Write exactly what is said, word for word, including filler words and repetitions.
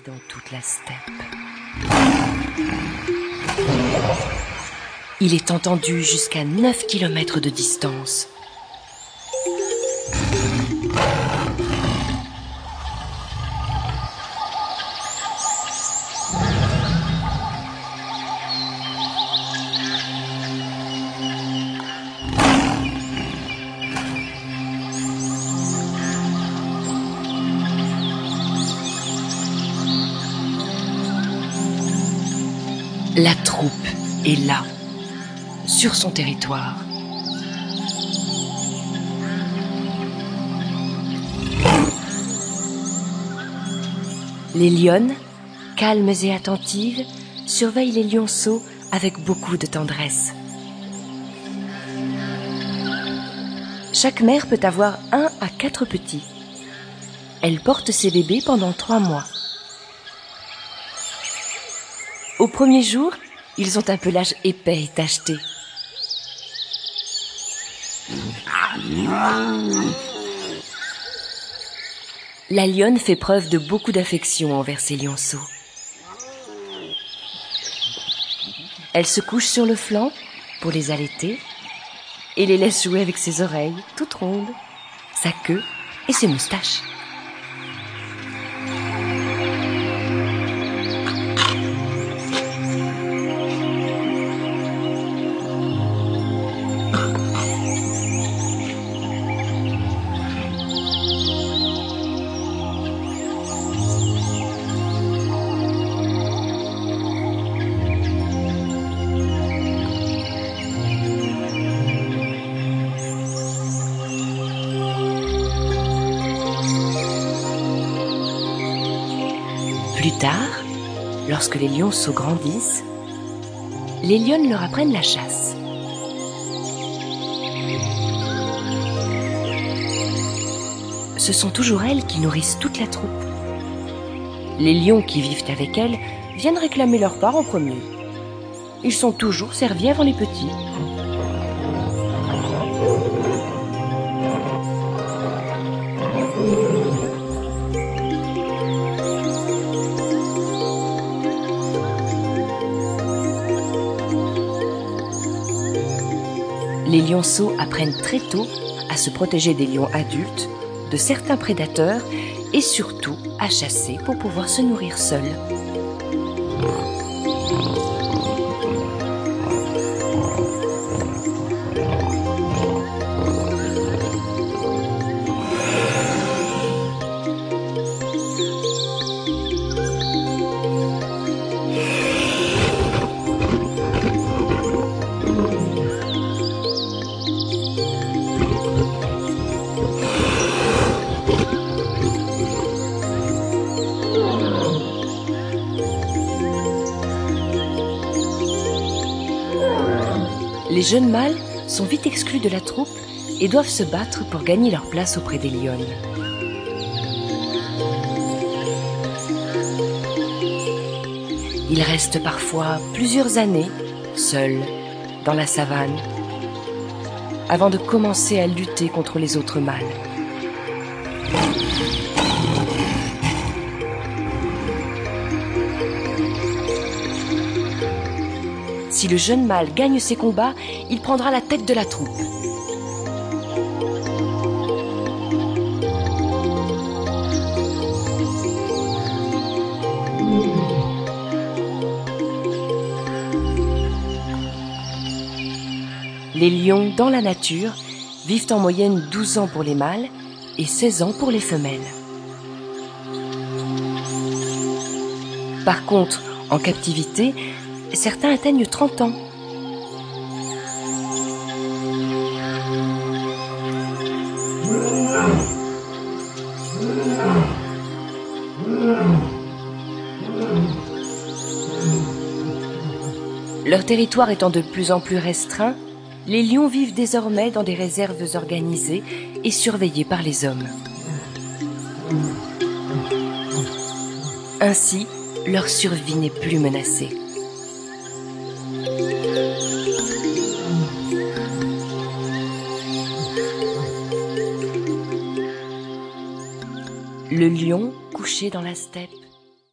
dans toute la steppe. Il est entendu jusqu'à neuf kilomètres de distance. La troupe est là, sur son territoire. Les lionnes, calmes et attentives, surveillent les lionceaux avec beaucoup de tendresse. Chaque mère peut avoir un à quatre petits. Elle porte ses bébés pendant trois mois. Au premier jour, ils ont un pelage épais et tacheté. La lionne fait preuve de beaucoup d'affection envers ses lionceaux. Elle se couche sur le flanc pour les allaiter et les laisse jouer avec ses oreilles toutes rondes, sa queue et ses moustaches. Plus tard, lorsque les lionceaux grandissent, les lionnes leur apprennent la chasse. Ce sont toujours elles qui nourrissent toute la troupe. Les lions qui vivent avec elles viennent réclamer leur part en premier. Ils sont toujours servis avant les petits. Les lionceaux apprennent très tôt à se protéger des lions adultes, de certains prédateurs et surtout à chasser pour pouvoir se nourrir seuls. Les jeunes mâles sont vite exclus de la troupe et doivent se battre pour gagner leur place auprès des lionnes. Ils restent parfois plusieurs années seuls dans la savane avant de commencer à lutter contre les autres mâles. Si le jeune mâle gagne ses combats, il prendra la tête de la troupe. Les lions dans la nature vivent en moyenne douze ans pour les mâles et seize ans pour les femelles. Par contre, en captivité, certains atteignent trente ans. Leur territoire étant de plus en plus restreint, les lions vivent désormais dans des réserves organisées et surveillées par les hommes. Ainsi, leur survie n'est plus menacée. Le lion couché dans la steppe